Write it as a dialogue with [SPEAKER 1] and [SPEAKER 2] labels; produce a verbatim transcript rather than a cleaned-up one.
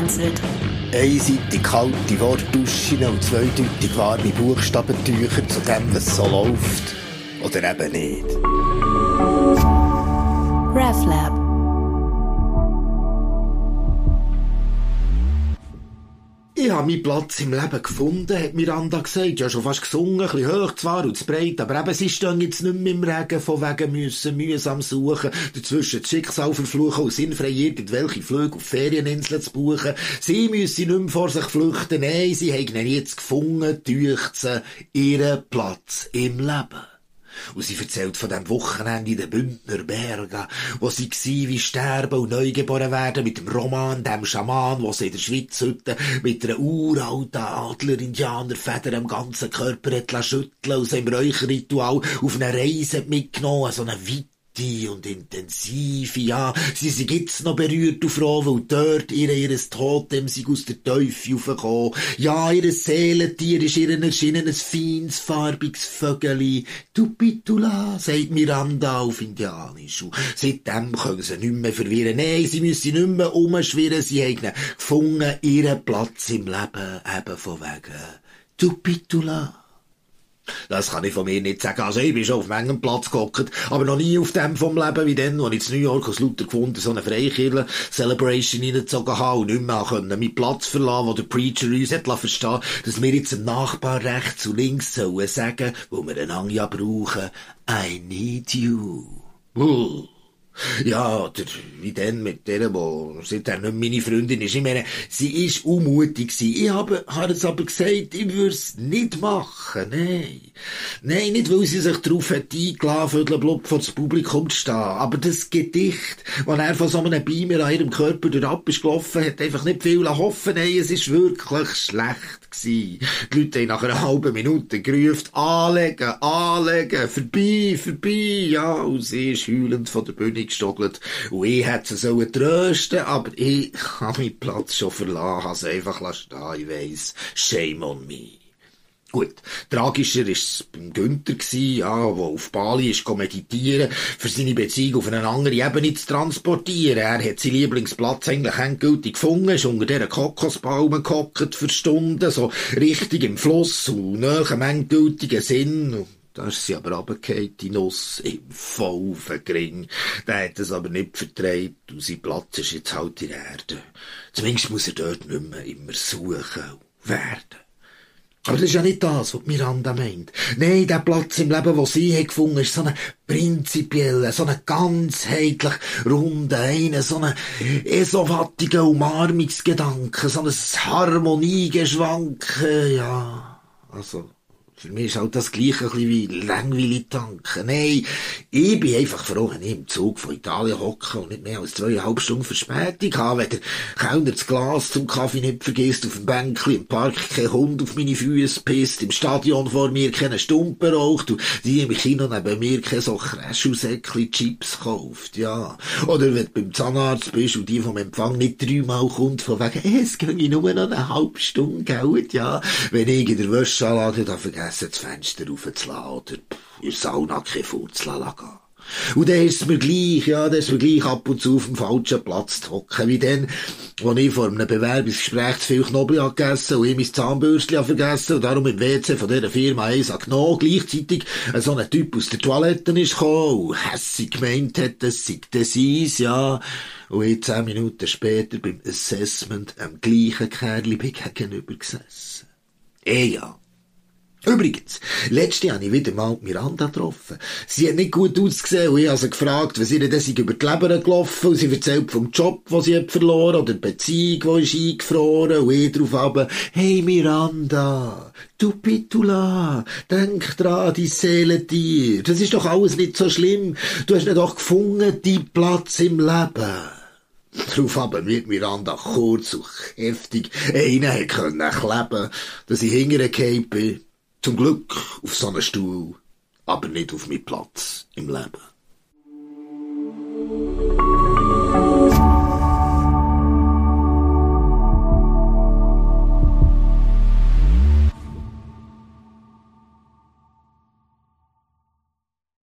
[SPEAKER 1] vereinzelt.
[SPEAKER 2] Einseitig kalte Wortduschen und zweideutig warme Buchstabentücher zu dem, was so läuft. Oder eben nicht.
[SPEAKER 1] RefLab.
[SPEAKER 2] Ich habe meinen Platz im Leben gefunden, hat Miranda gesagt. Ja, schon fast gesungen, ein bisschen hoch zwar und zu breit, aber eben, sie stehen jetzt nicht mehr im Regen, von wegen müssen mühsam suchen, dazwischen das Schicksal verfluchen und sinnfrei irgendwelche Flüge auf Ferieninseln zu buchen. Sie müssen nicht mehr vor sich flüchten, nein, sie haben ihn jetzt gefunden, durch sie ihren Platz im Leben. Und sie erzählt von dem Wochenende in den Bündner Bergen, wo sie gsi wie sterben und neugeboren werden mit dem Roman, dem Schaman, wo sie in der Schweiz heute mit einer uralten Adler-Indianer-Feder am ganzen Körper hat schütteln und sie im Räucherritual auf eine Reise mitgenommen, so eine weite und intensive, ja, sie sind jetzt noch berührt und froh, weil dort ihr, ihres Totem sie aus der Teufel raufgekommen. Ja, ihr Seelentier ist ihr erschienen, ein feines, farbiges Vögeli. Tupitula, sagt Miranda auf Indianisch. Und seitdem können sie nicht mehr verwirren. Nein, sie müssen nicht mehr umschwirren, sie haben gefunden, ihren Platz im Leben, eben von wegen Tupitula. Das kann ich von mir nicht sagen. Also ich bin schon auf manchem Platz gehockt, aber noch nie auf dem vom Leben wie dann, als ich in New York aus Luther gefunden so eine Freikirchen-Celebration reingezogen habe und nicht mehr können, meinen Platz verlassen, wo der Preacher uns hat verstehen, dass wir jetzt dem Nachbar rechts und links sollen sagen, wo wir einander ja brauchen, I need you. Uh. Ja, oder wie denn mit der, die seitdem nicht meine Freundin ist. Ich meine, sie ist unmutig gewesen. Ich habe, habe es aber gesagt, ich würde es nicht machen. Nein. Nein, nicht, weil sie sich darauf hat eingeladen, Vögelblub vor das Publikum zu stehen. Aber das Gedicht, das er von so einem Beamer an ihrem Körper durchab ist gelaufen, hat einfach nicht viel hoffen. Nein, es ist wirklich schlecht gewesen. Die Leute haben nach einer halben Minute gerufen, anlegen, anlegen, vorbei, vorbei. Ja, und sie ist heulend von der Bühne gestogelt. Und ich hätte sie sollen trösten, aber ich habe meinen Platz schon verlassen, habe sie einfach stehen, ich weiss. Shame on me. Gut, tragischer war es beim Günther, ja, der auf Bali ist meditieren, für seine Beziehung auf eine andere Ebene zu transportieren. Er hat seinen Lieblingsplatz eigentlich endgültig gefunden, ist unter dieser Kokosbaume gehockt für Stunden, so richtig im Fluss und nach dem endgültigen Sinn. Da ist sie aber runtergefallen, die Nuss, im Volvengring. Der hat es aber nicht vertreibt und sein Platz ist jetzt halt in der Erde. Zumindest muss er dort nicht mehr immer suchen werden. Aber das ist ja nicht das, was Miranda meint. Nein, der Platz im Leben, den sie hat gefunden hat, ist so ein prinzipieller, so ein ganzheitlich runder, einer, so ein esowattiger Umarmungsgedanke, so ein Harmoniegeschwanke, ja, also... Für mich ist halt das Gleiche ein bisschen wie langweilig tanken. Nein, ich bin einfach froh, wenn ich im Zug von Italien hocke und nicht mehr als zweieinhalb Stunden Verspätung habe, wenn der Kellner das Glas zum Kaffee nicht vergisst, auf dem Bänkli im Park kein Hund auf meine Füße pisst, im Stadion vor mir keine Stumpen raucht und die im Kino neben mir keine so Crash-Säckchen Chips kauft, ja. Oder wenn du beim Zahnarzt bist und die vom Empfang nicht dreimal kommt, von wegen, hey, es geht nur noch eine halbe Stunde Geld, ja. Wenn ich in der Wäscheanlage da vergesse, das Fenster raufzulassen oder in der Sauna kein Furz gehen. Und dann ist es mir gleich, ja, dann ist es mir gleich ab und zu auf dem falschen Platz zu hocken, wie dann, wo ich vor einem Bewerbungsgespräch zu viel Knoblauch habe gegessen und ich mein Zahnbürstchen habe vergessen und darum im W C von dieser Firma eins habe genommen, gleichzeitig so ein Typ aus der Toilette ist gekommen und hässig gemeint hat, das sei das eins, ja, und ich zehn Minuten später beim Assessment am gleichen Kerl bin gegenüber gesessen. Eh ja. Übrigens, letzte habe ich wieder mal Miranda getroffen. Sie hat nicht gut ausgesehen und ich habe sie gefragt, was ihr denn über die Leber gelaufen und sie erzählt vom Job, den sie hat verloren oder die Beziehung, die ist eingefroren und ich darauf aber, hey Miranda, du Pitula, denk dran, dein Seelentier, das ist doch alles nicht so schlimm, du hast ihn doch gefunden, deinen Platz im Leben. Darauf aber wird Miranda kurz und heftig einen können kleben, dass ich hintergefallen bin. Zum Glück auf so einem Stuhl, aber nicht auf meinen Platz im Leben.